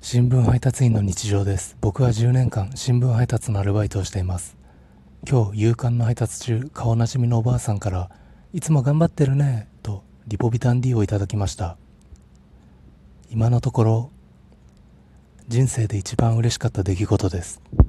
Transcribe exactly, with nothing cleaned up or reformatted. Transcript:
新聞配達員の日常です。僕はじゅうねんかん新聞配達のアルバイトをしています。今日、夕刊の配達中、顔なじみのおばあさんから、いつも頑張ってるね、とリポビタン D をいただきました。今のところ、人生で一番嬉しかった出来事です。